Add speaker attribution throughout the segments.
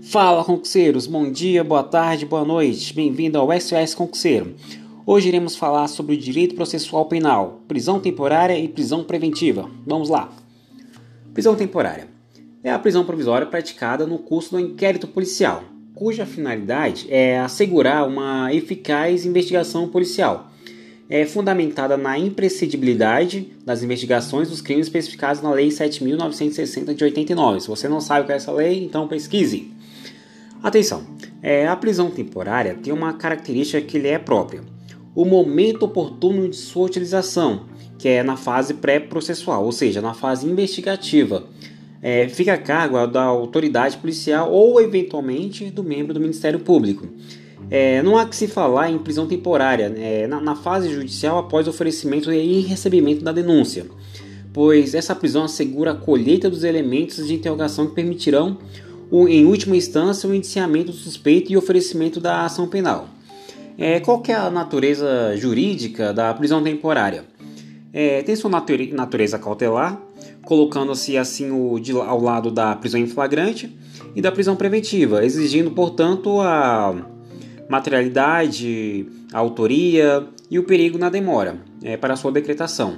Speaker 1: Fala, concurseiros! Bom dia, boa tarde, boa noite. Bem-vindo ao SOS Concurseiro. Hoje iremos falar sobre o direito processual penal, prisão temporária e prisão preventiva. Vamos lá! Prisão temporária é a prisão provisória praticada no curso do inquérito policial, cuja finalidade é assegurar uma eficaz investigação policial. É fundamentada na imprescindibilidade das investigações dos crimes especificados na Lei 7.960 de 89. Se você não sabe o que é essa lei, então pesquise. Atenção, a prisão temporária tem uma característica que lhe é própria: o momento oportuno de sua utilização, que é na fase pré-processual, ou seja, na fase investigativa. Fica a cargo da autoridade policial ou, eventualmente, do membro do Ministério Público. Não há que se falar em prisão temporária na fase judicial após oferecimento e recebimento da denúncia, pois essa prisão assegura a colheita dos elementos de interrogação que permitirão, em última instância, o indiciamento do suspeito e oferecimento da ação penal. Qual que é a natureza jurídica da prisão temporária? Tem sua natureza cautelar, colocando-se assim ao lado da prisão em flagrante e da prisão preventiva, exigindo, portanto, a materialidade, a autoria e o perigo na demora para sua decretação.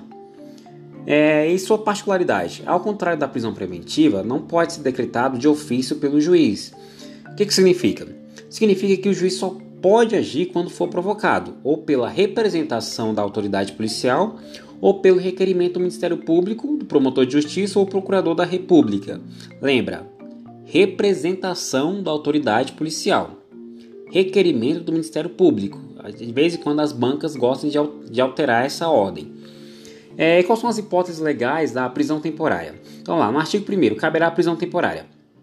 Speaker 1: E sua particularidade: ao contrário da prisão preventiva, não pode ser decretado de ofício pelo juiz. O que significa? Significa que o juiz só pode agir quando for provocado, ou pela representação da autoridade policial, ou pelo requerimento do Ministério Público, do promotor de justiça ou procurador da República. Lembra? Representação da autoridade policial. Requerimento do Ministério Público. De vez em quando as bancas gostam de alterar essa ordem. Quais são as hipóteses legais da prisão temporária? Então lá, no artigo 1º, caberá a prisão temporária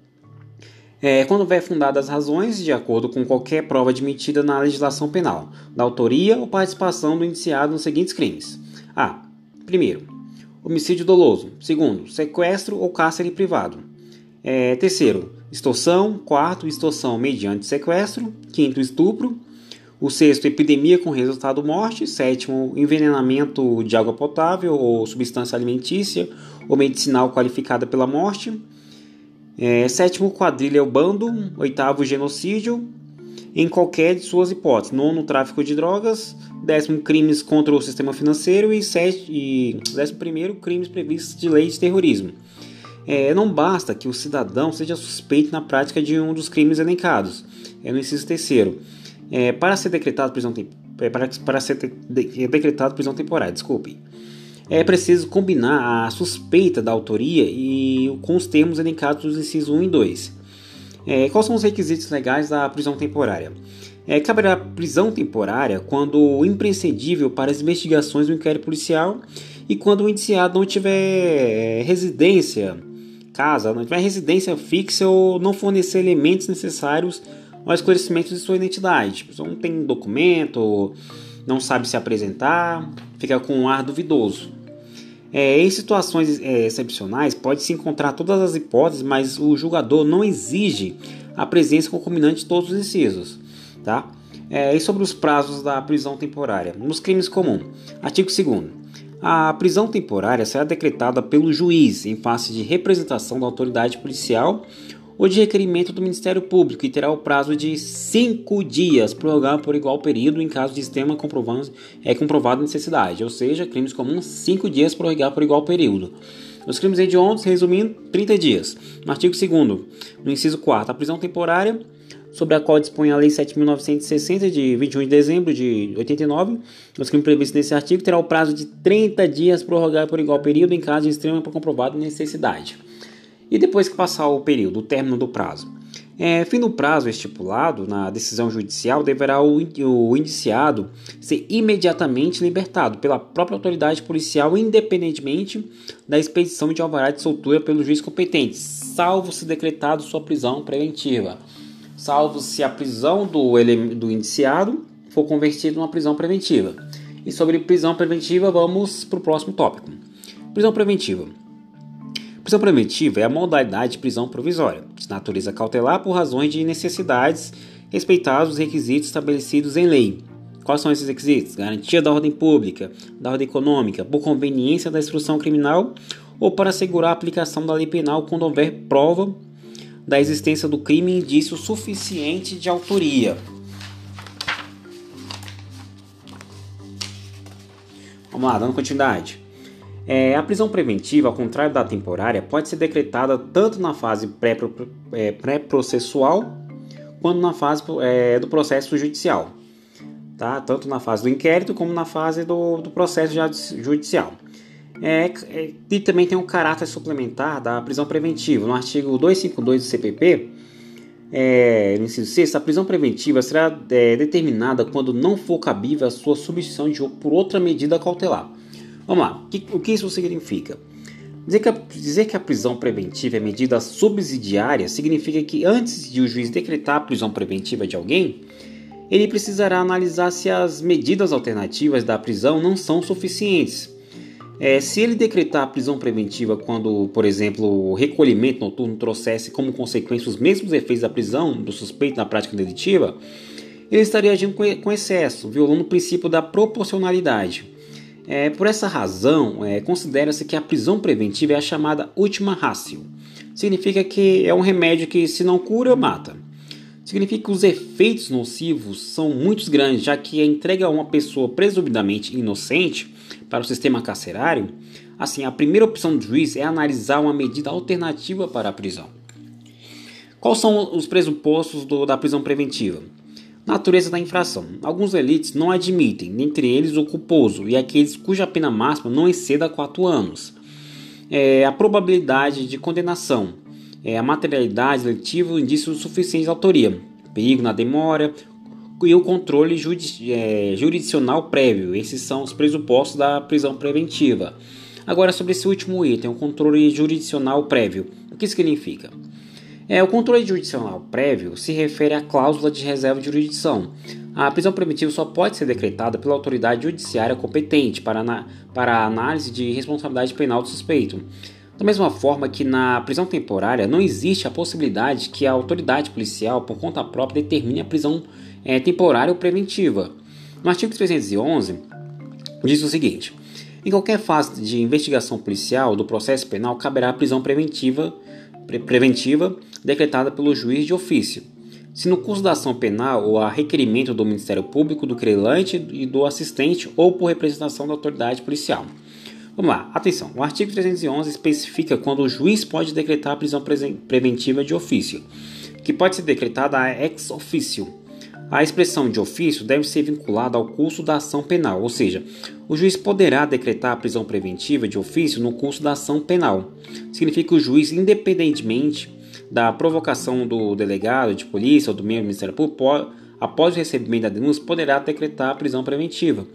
Speaker 1: quando houver fundadas razões, de acordo com qualquer prova admitida na legislação penal, da autoria ou participação do indiciado nos seguintes crimes. Primeiro, homicídio doloso. Segundo, sequestro ou cárcere privado. Terceiro, extorsão. Quarto, extorsão mediante sequestro. Quinto, estupro. O sexto, epidemia com resultado morte. Sétimo, envenenamento de água potável ou substância alimentícia ou medicinal qualificada pela morte. Sétimo, quadrilha ou bando. Oitavo, genocídio, em qualquer de suas hipóteses. Nono, tráfico de drogas. Décimo, crimes contra o sistema financeiro. E 11º, crimes previstos de lei de terrorismo. Não basta que o cidadão seja suspeito na prática de um dos crimes elencados. No inciso 3º. Para ser decretado prisão temporária, é preciso combinar a suspeita da autoria com os termos elencados nos incisos 1 e 2. Quais são os requisitos legais da prisão temporária? Caberá prisão temporária quando imprescindível para as investigações do inquérito policial e quando o indiciado não tiver residência fixa ou não fornecer elementos necessários ao esclarecimento de sua identidade. A pessoa não tem documento, não sabe se apresentar, fica com um ar duvidoso. Em situações excepcionais, pode-se encontrar todas as hipóteses, mas o julgador não exige a presença concomitante de todos os incisos. Tá? E sobre os prazos da prisão temporária. Nos crimes comuns. Artigo 2º. A prisão temporária será decretada pelo juiz em face de representação da autoridade policial ou de requerimento do Ministério Público e terá o prazo de 5 dias, prorrogável por igual período em caso de extrema comprovada necessidade, ou seja, crimes comuns, 5 dias, prorrogável por igual período. Os crimes hediondos, resumindo, 30 dias. No artigo 2º, no inciso 4º, a prisão temporária, sobre a qual dispõe a Lei 7.960, de 21 de dezembro de 89, os crimes previstos nesse artigo, terá o prazo de 30 dias, prorrogável por igual período em caso de extrema comprovada necessidade. E depois que passar o período, o término do prazo? Fim do prazo estipulado na decisão judicial, deverá o indiciado ser imediatamente libertado pela própria autoridade policial, independentemente da expedição de alvará de soltura pelo juiz competente, salvo se decretado sua prisão preventiva, salvo se a prisão do indiciado for convertida em uma prisão preventiva. E sobre prisão preventiva, vamos para o próximo tópico. Prisão preventiva. Prisão preventiva é a modalidade de prisão provisória, de natureza cautelar por razões de necessidades, respeitados os requisitos estabelecidos em lei. Quais são esses requisitos? Garantia da ordem pública, da ordem econômica, por conveniência da instrução criminal ou para assegurar a aplicação da lei penal quando houver prova da existência do crime indício suficiente de autoria. Vamos lá, dando continuidade. A prisão preventiva, ao contrário da temporária, pode ser decretada tanto na fase pré-processual quanto na fase do processo judicial. Tá? Tanto na fase do inquérito como na fase do processo judicial. E também tem um caráter suplementar da prisão preventiva. No artigo 252 do CPP, no inciso 6, a prisão preventiva será determinada quando não for cabível a sua substituição por outra medida cautelar. Vamos lá, o que isso significa? Dizer que a prisão preventiva é medida subsidiária significa que antes de o juiz decretar a prisão preventiva de alguém, ele precisará analisar se as medidas alternativas da prisão não são suficientes. Se ele decretar a prisão preventiva quando, por exemplo, o recolhimento noturno trouxesse como consequência os mesmos efeitos da prisão do suspeito na prática delitiva, ele estaria agindo com excesso, violando o princípio da proporcionalidade. Por essa razão, considera-se que a prisão preventiva é a chamada ultima ratio. Significa que é um remédio que, se não cura, mata. Significa que os efeitos nocivos são muito grandes, já que a entrega a uma pessoa presumidamente inocente para o sistema carcerário, assim, a primeira opção do juiz é analisar uma medida alternativa para a prisão. Quais são os pressupostos da prisão preventiva? Natureza da infração. Alguns delitos não admitem, dentre eles o culposo e aqueles cuja pena máxima não exceda 4 anos. A probabilidade de condenação, a materialidade delitiva, o indício suficiente de autoria, perigo na demora e o controle jurisdicional prévio. Esses são os pressupostos da prisão preventiva. Agora, sobre esse último item, o controle jurisdicional prévio. O que significa? O controle jurisdicional prévio se refere à cláusula de reserva de jurisdição. A prisão preventiva só pode ser decretada pela autoridade judiciária competente para a análise de responsabilidade penal do suspeito. Da mesma forma que na prisão temporária não existe a possibilidade que a autoridade policial, por conta própria, determine a prisão temporária ou preventiva. No artigo 311, diz o seguinte: em qualquer fase de investigação policial do processo penal, caberá a prisão preventiva decretada pelo juiz de ofício, se no curso da ação penal ou a requerimento do Ministério Público, do querelante e do assistente ou por representação da autoridade policial. Vamos lá, atenção, o artigo 311 especifica quando o juiz pode decretar a prisão preventiva de ofício, que pode ser decretada ex officio. A expressão de ofício deve ser vinculada ao curso da ação penal, ou seja, o juiz poderá decretar a prisão preventiva de ofício no curso da ação penal. Significa que o juiz, independentemente da provocação do delegado de polícia ou do membro do Ministério Público, após o recebimento da denúncia, poderá decretar a prisão preventiva.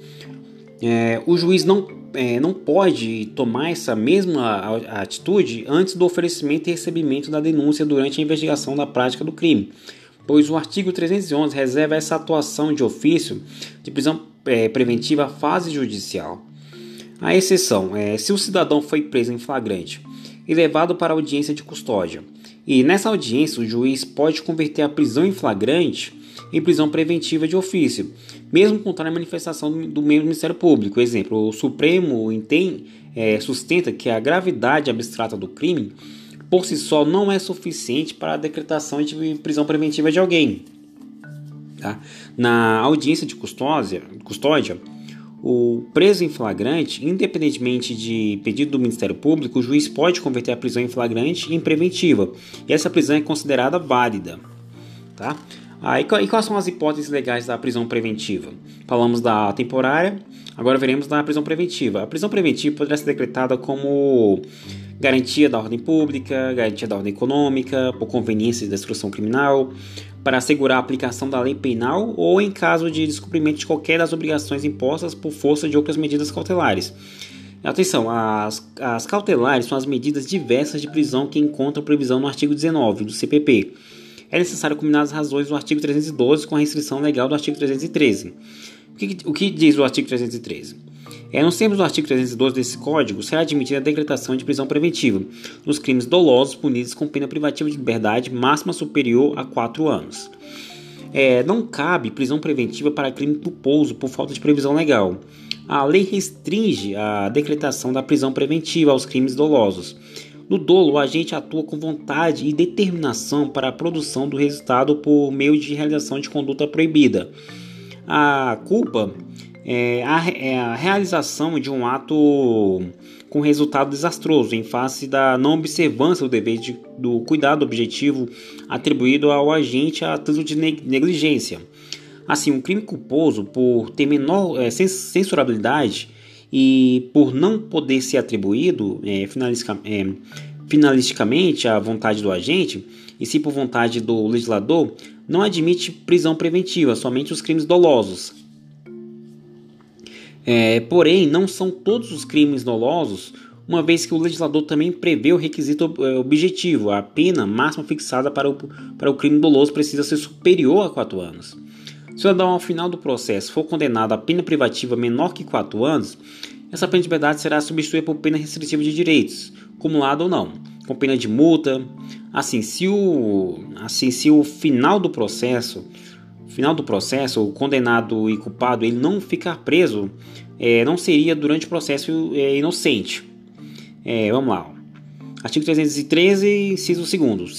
Speaker 1: O juiz não pode tomar essa mesma atitude antes do oferecimento e recebimento da denúncia durante a investigação da prática do crime, pois o artigo 311 reserva essa atuação de ofício de prisão preventiva à fase judicial. A exceção se o cidadão foi preso em flagrante e levado para a audiência de custódia, e nessa audiência o juiz pode converter a prisão em flagrante em prisão preventiva de ofício, mesmo contra a manifestação do membro do Ministério Público. Exemplo, o Supremo sustenta que a gravidade abstrata do crime por si só não é suficiente para a decretação de prisão preventiva de alguém. Tá? Na audiência de custódia, o preso em flagrante, independentemente de pedido do Ministério Público, o juiz pode converter a prisão em flagrante em preventiva, e essa prisão é considerada válida. Tá? E quais são as hipóteses legais da prisão preventiva? Falamos da temporária, agora veremos da prisão preventiva. A prisão preventiva poderá ser decretada como garantia da ordem pública, garantia da ordem econômica, por conveniência da instrução criminal, para assegurar a aplicação da lei penal ou em caso de descumprimento de qualquer das obrigações impostas por força de outras medidas cautelares. Atenção, as cautelares são as medidas diversas de prisão que encontram previsão no artigo 19 do CPP. É necessário combinar as razões do artigo 312 com a restrição legal do artigo 313. O que diz o artigo 313? Nos termos do artigo 312 desse Código, será admitida a decretação de prisão preventiva nos crimes dolosos punidos com pena privativa de liberdade máxima superior a 4 anos. Não cabe prisão preventiva para crime culposo por falta de previsão legal. A lei restringe a decretação da prisão preventiva aos crimes dolosos. No dolo, o agente atua com vontade e determinação para a produção do resultado por meio de realização de conduta proibida. A culpa é a realização de um ato com resultado desastroso em face da não observância do dever do cuidado objetivo atribuído ao agente a título de negligência. Assim, um crime culposo, por ter menor censurabilidade e por não poder ser atribuído finalisticamente à vontade do agente, e sim por vontade do legislador, não admite prisão preventiva, somente os crimes dolosos. Porém, não são todos os crimes dolosos, uma vez que o legislador também prevê o requisito objetivo. A pena máxima fixada para o crime doloso precisa ser superior a 4 anos. Se o cidadão, ao final do processo, for condenado a pena privativa menor que 4 anos, essa pena de liberdade será substituída por pena restritiva de direitos, cumulada ou não, com pena de multa. Assim, se o final do processo, o condenado e culpado ele não ficar preso, não seria durante o processo inocente. Vamos lá. Artigo 313, inciso 2º.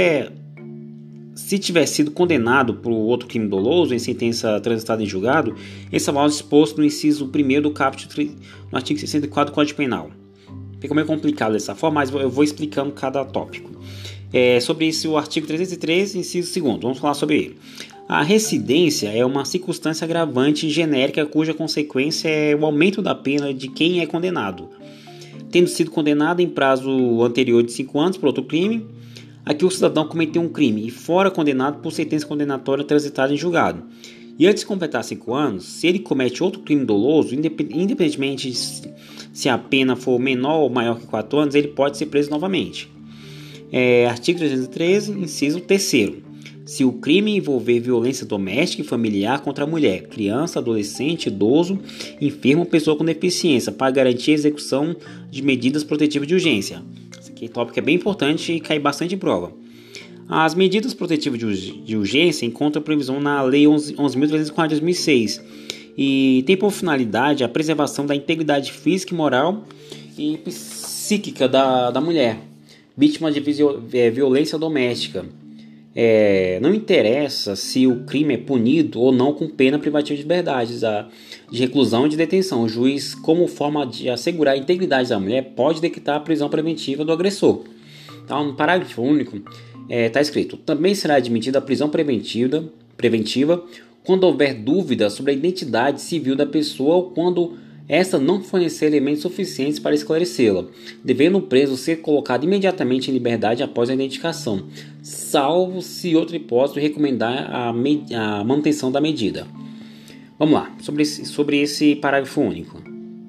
Speaker 1: Se tiver sido condenado por outro crime doloso em sentença transitada em julgado, esse é exposto no inciso 1º do caput no artigo 64 do Código Penal. Fica meio complicado dessa forma, mas eu vou explicando cada tópico. Sobre isso, o artigo 313, inciso 2º. Vamos falar sobre ele. A recidência é uma circunstância agravante genérica cuja consequência é o aumento da pena de quem é condenado. Tendo sido condenado em prazo anterior de 5 anos por outro crime, aqui o cidadão cometeu um crime e fora condenado por sentença condenatória transitada em julgado. E antes de completar 5 anos, se ele comete outro crime doloso, independentemente se a pena for menor ou maior que 4 anos, ele pode ser preso novamente. Artigo 313, inciso 3º. Se o crime envolver violência doméstica e familiar contra a mulher, criança, adolescente, idoso, enfermo ou pessoa com deficiência, para garantir a execução de medidas protetivas de urgência. Esse aqui tópico é bem importante e cai bastante em prova. As medidas protetivas de urgência encontram previsão na Lei 11.304 de 2006 e tem por finalidade a preservação da integridade física, moral e psíquica da mulher, vítima de violência doméstica. Não interessa se o crime é punido ou não com pena privativa de liberdade, de reclusão e de detenção. O juiz, como forma de assegurar a integridade da mulher, pode decretar a prisão preventiva do agressor. Então, no parágrafo único, está escrito: também será admitida a prisão preventiva quando houver dúvida sobre a identidade civil da pessoa ou quando esta não fornecer elementos suficientes para esclarecê-la, devendo o preso ser colocado imediatamente em liberdade após a identificação, salvo se outra hipótese recomendar a manutenção da medida. Vamos lá, sobre esse parágrafo único.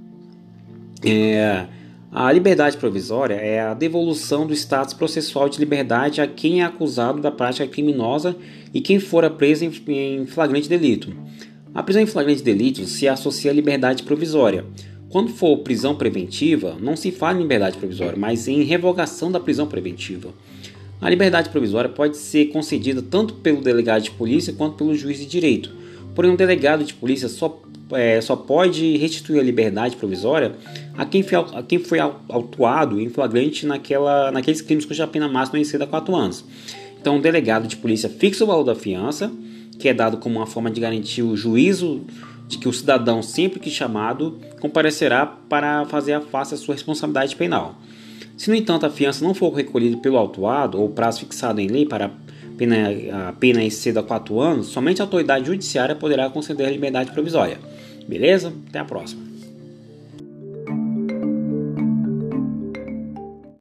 Speaker 1: A liberdade provisória é a devolução do status processual de liberdade a quem é acusado da prática criminosa e quem fora preso em flagrante delito. A prisão em flagrante delito se associa à liberdade provisória. Quando for prisão preventiva, não se fala em liberdade provisória, mas em revogação da prisão preventiva. A liberdade provisória pode ser concedida tanto pelo delegado de polícia quanto pelo juiz de direito. Porém, um delegado de polícia só pode restituir a liberdade provisória a quem foi autuado em flagrante naqueles crimes cuja pena máxima exceda 4 anos. Então, o delegado de polícia fixa o valor da fiança, que é dado como uma forma de garantir o juízo de que o cidadão, sempre que chamado, comparecerá para fazer face à sua responsabilidade penal. Se, no entanto, a fiança não for recolhida pelo autuado ou prazo fixado em lei para a pena exceda 4 anos, somente a autoridade judiciária poderá conceder a liberdade provisória. Beleza? Até a próxima.